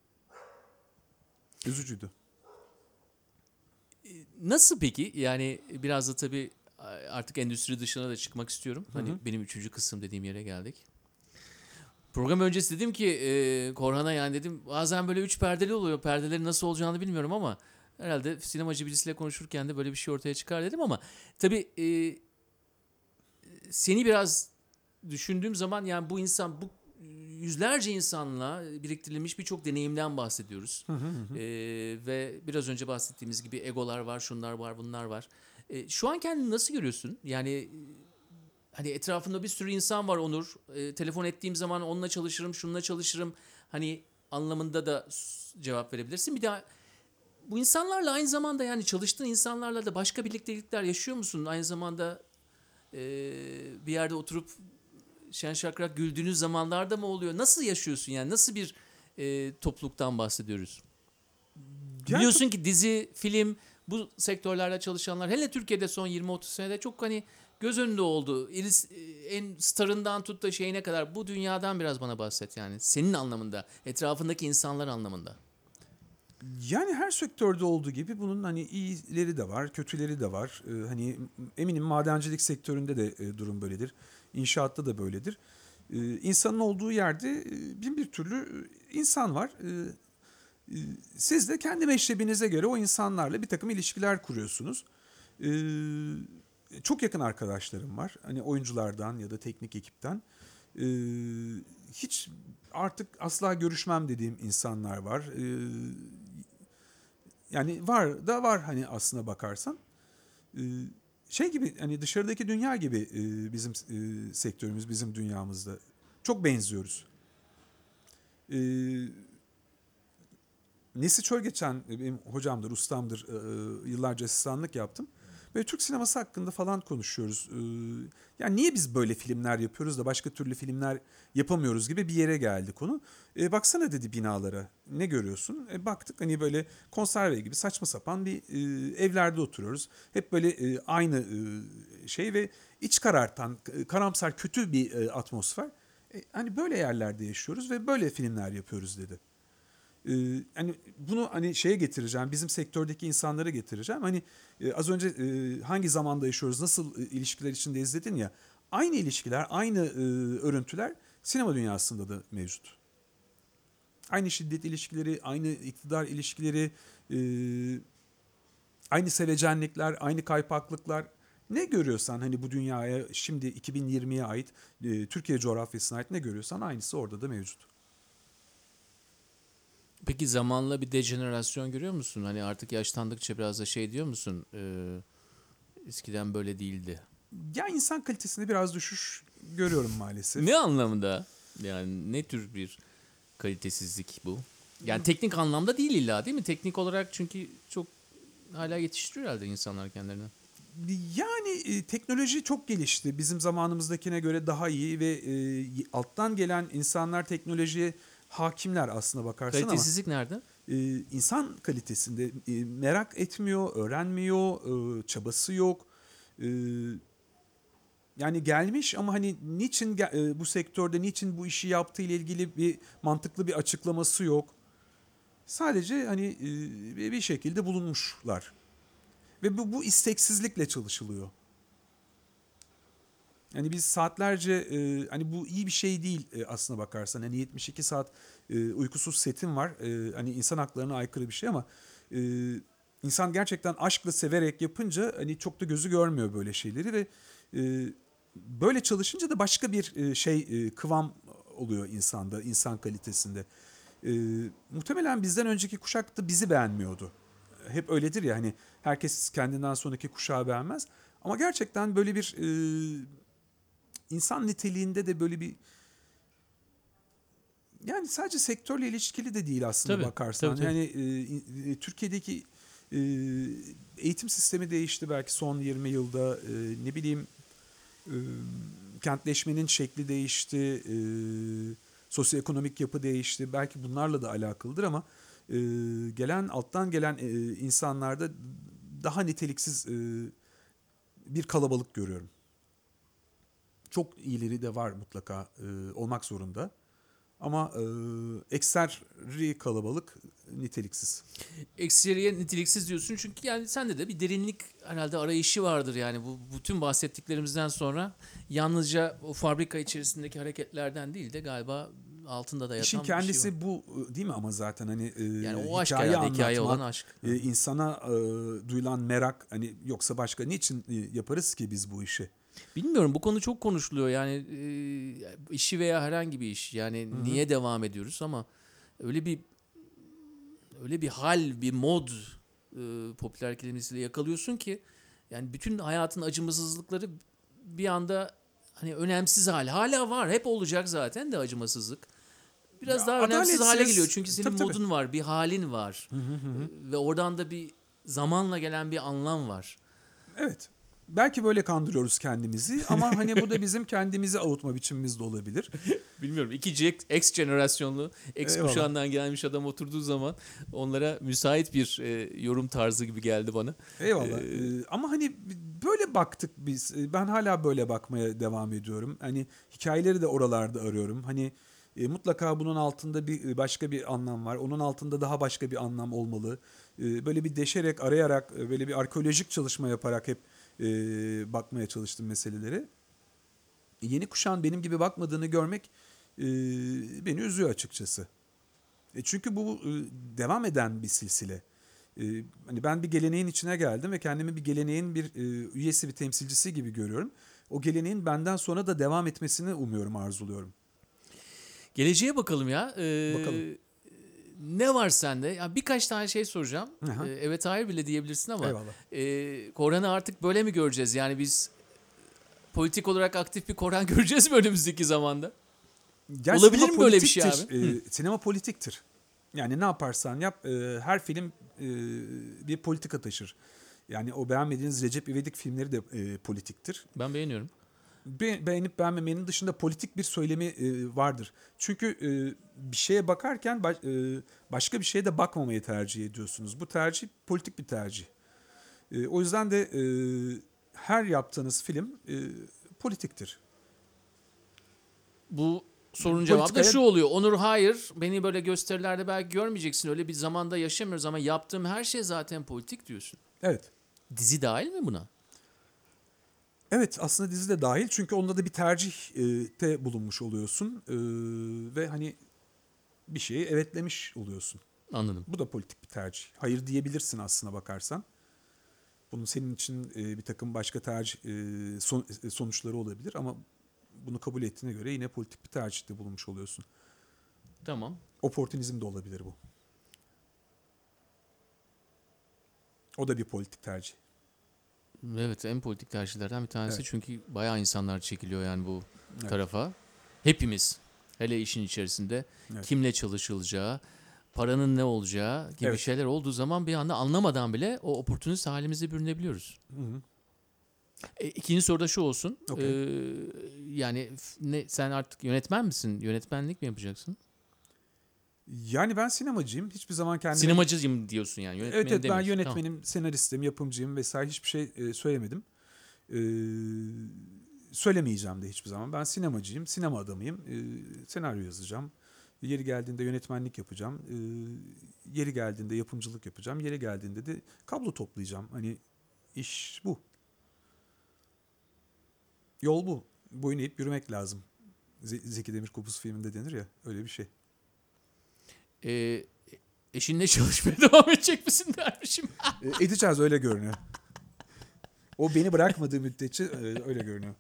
üzücüydü. Nasıl peki? Yani biraz da tabii artık endüstri dışına da çıkmak istiyorum. Hani Hı hı. benim üçüncü kısım dediğim yere geldik. Program öncesi dedim ki e, Korhan'a yani dedim bazen böyle üç perdeli oluyor. Perdelerin nasıl olacağını bilmiyorum ama herhalde sinemacı birisiyle konuşurken de böyle bir şey ortaya çıkar dedim ama tabii e, seni biraz düşündüğüm zaman yani bu insan bu yüzlerce insanla biriktirilmiş birçok deneyimden bahsediyoruz. Hı hı hı. E, ve biraz önce bahsettiğimiz gibi egolar var, şunlar var, bunlar var. E, şu an kendini nasıl görüyorsun? Yani hani etrafında bir sürü insan var Onur. E, telefon ettiğim zaman onunla çalışırım, şununla çalışırım. Hani anlamında da s- cevap verebilirsin. Bir daha Bu insanlarla aynı zamanda yani çalıştığın insanlarla da başka birliktelikler yaşıyor musun? Aynı zamanda e, bir yerde oturup şen şakrak güldüğünüz zamanlarda mı oluyor? Nasıl yaşıyorsun yani? Nasıl bir e, topluluktan bahsediyoruz? Yani Biliyorsun ki dizi, film, bu sektörlerde çalışanlar hele Türkiye'de son yirmi otuz senede çok hani göz önünde oldu. İris- En starından tut da şeyine kadar bu dünyadan biraz bana bahset yani. Senin anlamında, etrafındaki insanlar anlamında. Yani her sektörde olduğu gibi bunun hani iyileri de var, kötüleri de var. Ee, hani eminim madencilik sektöründe de e, durum böyledir. İnşaatta da böyledir. Ee, insanın olduğu yerde e, bin bir türlü e, insan var. Ee, e, siz de kendi meşrebinize göre o insanlarla bir takım ilişkiler kuruyorsunuz. Ee, çok yakın arkadaşlarım var. Hani oyunculardan ya da teknik ekipten. Ee, hiç artık asla görüşmem dediğim insanlar var. Ee, Yani var da var hani aslına bakarsan. Ee, Şey gibi hani dışarıdaki dünya gibi e, bizim e, sektörümüz, bizim dünyamızda. Çok benziyoruz. Ee, Nesi Çölgeçen benim hocamdır, ustamdır. Ee, yıllarca asistanlık yaptım. Böyle Türk sineması hakkında falan konuşuyoruz. Ee, yani niye biz böyle filmler yapıyoruz da başka türlü filmler yapamıyoruz gibi bir yere geldi konu. Ee, baksana dedi binalara. Ne görüyorsun? E, baktık hani böyle konserve gibi saçma sapan bir e, evlerde oturuyoruz. Hep böyle e, aynı e, şey ve iç karartan, e, karamsar, kötü bir e, atmosfer. E, hani böyle yerlerde yaşıyoruz ve böyle filmler yapıyoruz dedi. Ee, hani bunu hani şeye getireceğim, bizim sektördeki insanlara getireceğim. Hani e, az önce e, hangi zamanda yaşıyoruz, nasıl e, ilişkiler içinde izledin ya. Aynı ilişkiler, aynı e, örüntüler sinema dünyasında da mevcut. Aynı şiddet ilişkileri, aynı iktidar ilişkileri, e, aynı sevecenlikler, aynı kaypaklıklar. Ne görüyorsan hani bu dünyaya şimdi iki bin yirmiye ait, e, Türkiye coğrafyasına ait ne görüyorsan aynısı orada da mevcut. Peki zamanla bir dejenerasyon görüyor musun? Hani artık yaşlandıkça biraz da şey diyor musun? Ee, eskiden böyle değildi. Ya insan kalitesinde biraz düşüş görüyorum Ne maalesef. anlamda? Yani ne tür bir kalitesizlik bu? Yani teknik anlamda değil illa değil mi? Teknik olarak çünkü çok hala yetiştiriyor herhalde insanlar kendilerini. Yani e, teknoloji çok gelişti. Bizim zamanımızdakine göre daha iyi ve e, alttan gelen insanlar teknolojiye hakimler aslına bakarsan ama Kalitesizlik nerede? e, insan kalitesinde e, merak etmiyor, öğrenmiyor, e, çabası yok. E, Yani gelmiş ama hani niçin ge- e, bu sektörde niçin bu işi yaptığı ile ilgili bir mantıklı bir açıklaması yok. Sadece hani e, bir şekilde bulunmuşlar. Ve bu, bu isteksizlikle çalışılıyor. Yani biz saatlerce e, hani bu iyi bir şey değil e, aslına bakarsan. Hani yetmiş iki saat e, uykusuz setim var. E, hani insan haklarına aykırı bir şey ama e, insan gerçekten aşkla severek yapınca hani çok da gözü görmüyor böyle şeyleri ve e, böyle çalışınca da başka bir e, şey e, kıvam oluyor insanda, insan kalitesinde. E, Muhtemelen bizden önceki kuşak da bizi beğenmiyordu. Hep öyledir ya hani herkes kendinden sonraki kuşağı beğenmez. Ama gerçekten böyle bir e, insan niteliğinde de böyle bir yani sadece sektörle ilişkili de değil aslında Tabii, tabii bakarsan. tabii. Yani e, e, Türkiye'deki e, eğitim sistemi değişti belki son yirmi yılda. E, ne bileyim e, kentleşmenin şekli değişti. E, sosyoekonomik yapı değişti. Belki bunlarla da alakalıdır ama e, gelen alttan gelen e, insanlarda daha niteliksiz e, bir kalabalık görüyorum. Çok iyileri de var mutlaka e, olmak zorunda. Ama e, ekseri kalabalık niteliksiz. Ekseriye niteliksiz diyorsun çünkü yani sende de bir derinlik herhalde arayışı vardır yani bu bütün bahsettiklerimizden sonra yalnızca o fabrika içerisindeki hareketlerden değil de galiba altında da İşin yatan bir şey var. kendisi bu e, değil mi ama zaten hani e, Yani o aşk hikaye herhalde hikaye olan anlatmak, aşk. e, insana e, duyulan merak hani yoksa başka niçin e, yaparız ki biz bu işi? Bilmiyorum bu konu çok konuşuluyor yani e, işi veya herhangi bir iş Hı yani hı. niye devam ediyoruz ama öyle bir öyle bir hal bir mod e, popüler kelimesiyle yakalıyorsun ki yani bütün hayatın acımasızlıkları bir anda hani önemsiz hal hala var hep olacak zaten de acımasızlık biraz Ya, daha önemsiz hale adaletsiz. geliyor. Çünkü senin Tabii, tabii. modun var, bir halin var. Ve oradan da bir zamanla gelen bir anlam var. Evet. Belki böyle kandırıyoruz kendimizi ama hani bu da bizim kendimizi avutma biçimimiz de olabilir. Bilmiyorum. İki X X jenerasyonlu, X Eyvallah. kuşağından gelmiş adam oturduğu zaman onlara müsait bir e, yorum tarzı gibi geldi bana. Eyvallah. Ee, Ee, ama hani böyle baktık biz. Ee, Ben hala böyle bakmaya devam ediyorum. Hani hikayeleri de oralarda arıyorum. Hani e, mutlaka bunun altında bir başka bir anlam var. Onun altında daha başka bir anlam olmalı. Ee, böyle bir deşerek, arayarak, e, böyle bir arkeolojik çalışma yaparak hep e, bakmaya çalıştım meselelere. Yeni kuşağın benim gibi bakmadığını görmek e, beni üzüyor açıkçası. E çünkü bu e, devam eden bir silsile. E, hani ben bir geleneğin içine geldim ve kendimi bir geleneğin bir e, üyesi, bir temsilcisi gibi görüyorum. O geleneğin benden sonra da devam etmesini umuyorum, arzuluyorum. Geleceğe bakalım ya. Ee, Bakalım. Ne var sende? Ya birkaç tane şey soracağım. Aha. Ee, evet hayır bile diyebilirsin ama Eyvallah. e, Korhan'ı artık böyle mi göreceğiz? Yani biz politik olarak aktif bir Korhan göreceğiz mi önümüzdeki zamanda? Yani Olabilir sinema mi böyle bir şey politiktir. abi? E, sinema politiktir. Yani ne yaparsan yap, e, her film e, bir politika taşır. Yani o beğenmediğiniz Recep İvedik filmleri de e, politiktir. Ben beğeniyorum. Be- beğenip beğenmemenin dışında politik bir söylemi e, vardır. Çünkü e, bir şeye bakarken baş- e, başka bir şeye de bakmamayı tercih ediyorsunuz. Bu tercih politik bir tercih. E, o yüzden de e, her yaptığınız film e, politiktir. Bu sorunun cevabı da Politikaya- şu oluyor. Onur hayır, beni böyle gösterilerde belki görmeyeceksin. Öyle bir zamanda yaşamıyoruz ama yaptığım her şey zaten politik diyorsun. Evet. Dizi dahil mi buna? Evet, aslında dizi de dahil çünkü onda da bir tercihte bulunmuş oluyorsun E, ve hani bir şeyi evetlemiş oluyorsun. Anladım. Bu da politik bir tercih. Hayır diyebilirsin aslına bakarsan. Bunun senin için e, bir takım başka tercih e, son- e, sonuçları olabilir ama bunu kabul ettiğine göre yine politik bir tercihte bulunmuş oluyorsun. Tamam. Oportunizm de olabilir bu. O da bir politik tercih. Evet, en politik tercihlerden bir tanesi. Evet. Çünkü bayağı insanlar çekiliyor yani bu Evet. tarafa. Hepimiz. Hele işin içerisinde Evet. kimle çalışılacağı, paranın ne olacağı gibi Evet. şeyler olduğu zaman bir anda anlamadan bile o oportunist halimize bürünebiliyoruz. Hı hı. E, ikinci soru da şu olsun. Okey. Ee, yani f- ne sen artık yönetmen misin? Yönetmenlik mi yapacaksın? Yani ben sinemacıyım. Hiçbir zaman kendime... Sinemacıyım diyorsun yani. Yönetmenim Evet evet, ben demiyorsun. yönetmenim, senaristim, yapımcıyım vesaire hiçbir şey e, söylemedim. E, söylemeyeceğim de hiçbir zaman. Ben sinemacıyım, sinema adamıyım. E, senaryo yazacağım. Yeri geldiğinde yönetmenlik yapacağım. E, yeri geldiğinde yapımcılık yapacağım. Yeri geldiğinde de kablo toplayacağım. Hani iş bu. Yol bu. Boyun eğip yürümek lazım. Ze- Zeki Demirkubuz filminde denir ya, öyle bir şey. Ee, eşinle çalışmaya devam edecek misin dermişim. E, edeceğiz, öyle görünüyor. O beni bırakmadığı müddetçe e, öyle görünüyor.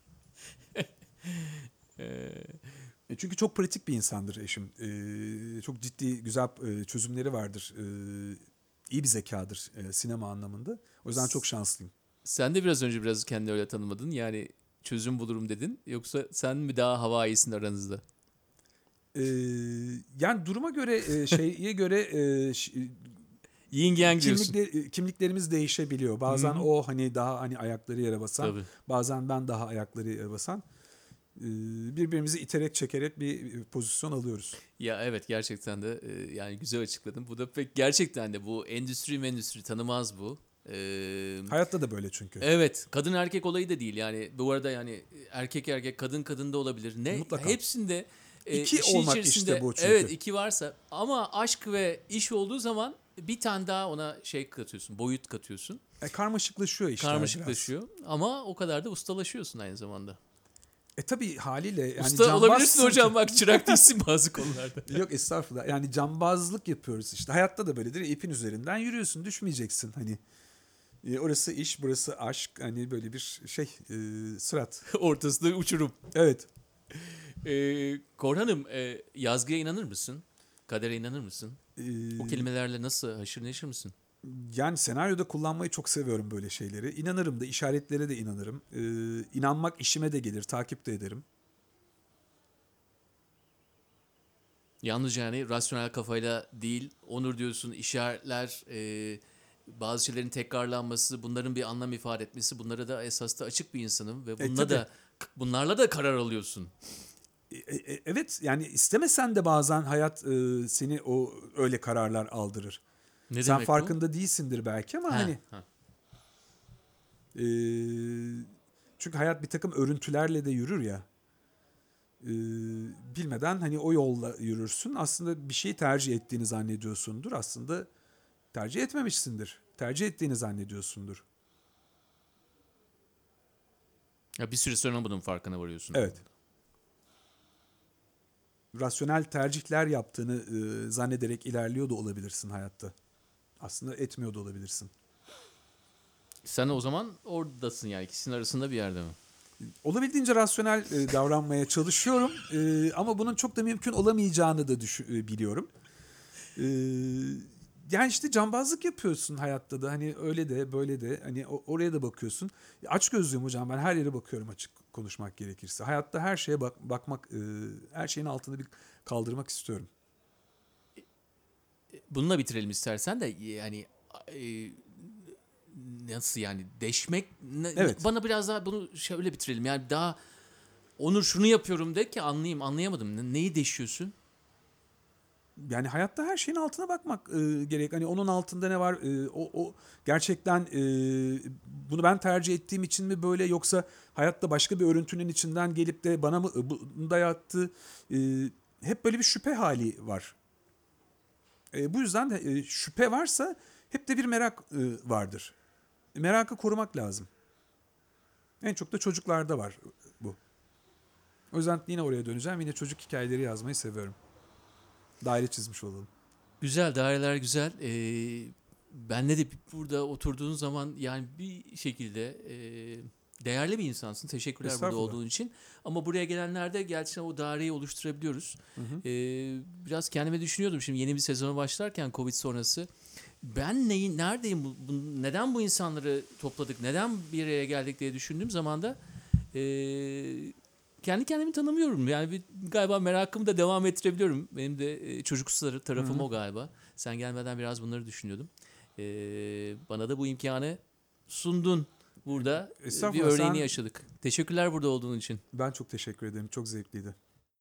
E, Çünkü çok pratik bir insandır eşim. E, çok ciddi, güzel e, çözümleri vardır. E, iyi bir zekadır e, sinema anlamında. O yüzden çok şanslıyım. Sen de biraz önce biraz kendini öyle tanımadın. Yani çözüm bulurum dedin. Yoksa sen mi daha hava iyisin aranızda? E, yani duruma göre, e, şeye göre e, ş- Yin yang diyorsun. kimlikler, kimliklerimiz değişebiliyor. Bazen Hı hı. o hani daha hani ayakları yere basan, Tabii. bazen ben daha ayakları yere basan. E, birbirimizi iterek çekerek bir pozisyon alıyoruz. Ya evet gerçekten de e, yani güzel açıkladın. Bu da pek gerçekten de bu endüstri endüstri tanımaz bu. Ee, Hayatta da böyle çünkü. evet kadın erkek olayı da değil yani bu arada yani erkek erkek kadın kadın da olabilir. Ne Mutlaka. hepsinde e, İki işin olmak içerisinde işte bu çünkü. evet iki varsa ama aşk ve iş olduğu zaman bir tane daha ona şey katıyorsun boyut katıyorsun. E, karmaşıklaşıyor işler Karmaşıklaşıyor ama o kadar da ustalaşıyorsun aynı zamanda. biraz. E tabii haliyle yani Usta cambaz- olabilirsin hocam bak çırak değilsin bazı konularda. Yok estağfurullah. Yani cambazlık yapıyoruz işte. Hayatta da böyledir. İpin üzerinden yürüyorsun, düşmeyeceksin hani. E, orası iş, burası aşk. Hani böyle bir şey, e, sırat. Ortasında uçurum. Evet. Ee, Korhan'ım e, yazgıya inanır mısın? Kadere inanır mısın? E, O kelimelerle nasıl haşır neşir misin? yani senaryoda kullanmayı çok seviyorum böyle şeyleri. İnanırım da, işaretlere de inanırım. E, inanmak işime de gelir, takip de ederim. Yalnızca yani rasyonel kafayla değil, Onur diyorsun, işaretler, e, bazı şeylerin tekrarlanması, bunların bir anlam ifade etmesi, bunlara da esas da açık bir insanım ve E, bununla tabii. da bunlarla da karar alıyorsun. E, e, evet, yani istemesen de bazen hayat e, seni o öyle kararlar aldırır. Ne Sen demek bu? farkında değilsindir belki ama Ha, hani ha. e, çünkü hayat bir takım örüntülerle de yürür ya. E, Bilmeden hani o yolla yürürsün. Aslında bir şeyi tercih ettiğini zannediyorsundur. Aslında tercih etmemişsindir. Tercih ettiğini zannediyorsundur. Ya bir süre sonra bunun farkına varıyorsun. Evet. Rasyonel tercihler yaptığını e, zannederek ilerliyor da olabilirsin hayatta. Aslında etmiyor da olabilirsin. Sen o zaman oradasın yani, ikisinin arasında bir yerde mi? Olabildiğince rasyonel e, davranmaya çalışıyorum. E, ama bunun çok da mümkün olamayacağını da düşün, e, biliyorum. E, Yani işte cambazlık yapıyorsun hayatta da. Hani öyle de böyle de. Hani o- oraya da bakıyorsun. Aç gözlüyüm hocam, ben her yere bakıyorum açık konuşmak gerekirse. Hayatta her şeye bak, bakmak, e, her şeyin altını bir kaldırmak istiyorum. Bununla bitirelim istersen de yani, e, nasıl yani, deşmek ne- ne- Evet. bana biraz daha bunu şöyle bitirelim yani, daha Onur şunu yapıyorum de ki anlayayım, anlayamadım. Ne- Neyi deşiyorsun? Yani hayatta her şeyin altına bakmak e, gerek. Hani onun altında ne var? E, o, o gerçekten e, bunu ben tercih ettiğim için mi böyle, yoksa hayatta başka bir örüntünün içinden gelip de bana mı e, bunu dayattı? E, Hep böyle bir şüphe hali var. E, bu yüzden de e, şüphe varsa hep de bir merak e, vardır. E, merakı korumak lazım. En çok da çocuklarda var bu. O yüzden yine oraya döneceğim. Yine çocuk hikayeleri yazmayı seviyorum. Daire çizmiş olalım. Güzel, daireler güzel. Ee, benle de burada oturduğun zaman yani bir şekilde e, değerli bir insansın. Teşekkürler burada Estağfurullah. olduğun için. Ama buraya gelenlerde gerçekten o daireyi oluşturabiliyoruz. Hı hı. Ee, biraz kendime düşünüyordum şimdi yeni bir sezona başlarken, Covid sonrası. Ben neyin, neredeyim, bu, bu- neden bu insanları topladık, neden bir araya geldik diye düşündüğüm zaman da e, kendi kendimi tanımıyorum. Yani bir, galiba merakımı da devam ettirebiliyorum. Benim de e, çocuksu tarafım Hı hı. o galiba. Sen gelmeden biraz bunları düşünüyordum. E, bana da bu imkanı sundun. Burada e, bir Estağfurullah, örneğini sen. yaşadık. Teşekkürler burada olduğun için. Ben çok teşekkür ederim. Çok zevkliydi.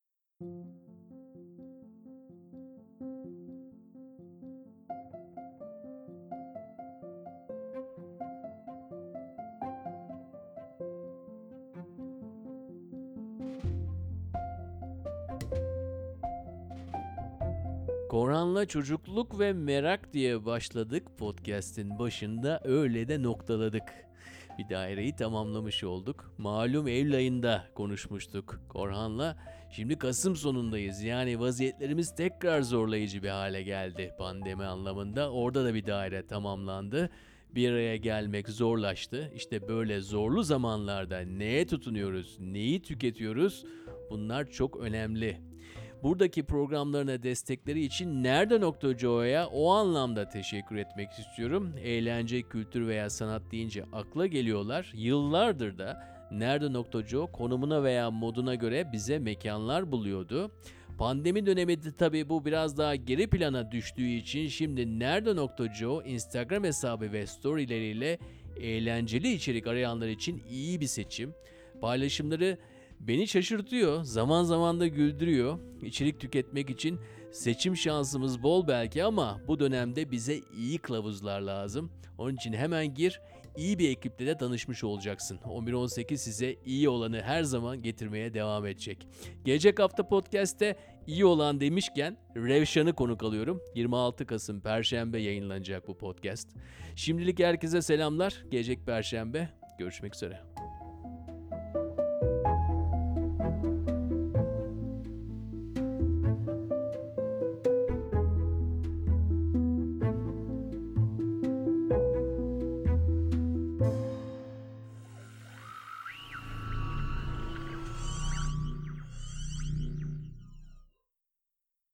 Korhan'la çocukluk ve merak diye başladık. Podcast'in başında öyle de noktaladık. Bir daireyi tamamlamış olduk. Malum Eylül ayında konuşmuştuk Korhan'la. Şimdi Kasım sonundayız. Yani vaziyetlerimiz tekrar zorlayıcı bir hale geldi pandemi anlamında. Orada da bir daire tamamlandı. Bir araya gelmek zorlaştı. İşte böyle zorlu zamanlarda neye tutunuyoruz, neyi tüketiyoruz? Bunlar çok önemli. Buradaki programlarına destekleri için Nerede.co'ya o anlamda teşekkür etmek istiyorum. Eğlence, kültür veya sanat deyince akla geliyorlar. Yıllardır da Nerede.co konumuna veya moduna göre bize mekanlar buluyordu. Pandemi döneminde tabii bu biraz daha geri plana düştüğü için şimdi Nerede.co Instagram hesabı ve storyleriyle eğlenceli içerik arayanlar için iyi bir seçim. Paylaşımları beni şaşırtıyor, zaman zaman da güldürüyor. İçerik tüketmek için seçim şansımız bol belki ama bu dönemde bize iyi kılavuzlar lazım. Onun için hemen gir, iyi bir ekiple de tanışmış olacaksın. on bir on sekiz size iyi olanı her zaman getirmeye devam edecek. Gelecek hafta podcast'te iyi olan demişken Revşan'ı konuk alıyorum. yirmi altı Kasım Perşembe yayınlanacak bu podcast. Şimdilik herkese selamlar. Gelecek Perşembe görüşmek üzere.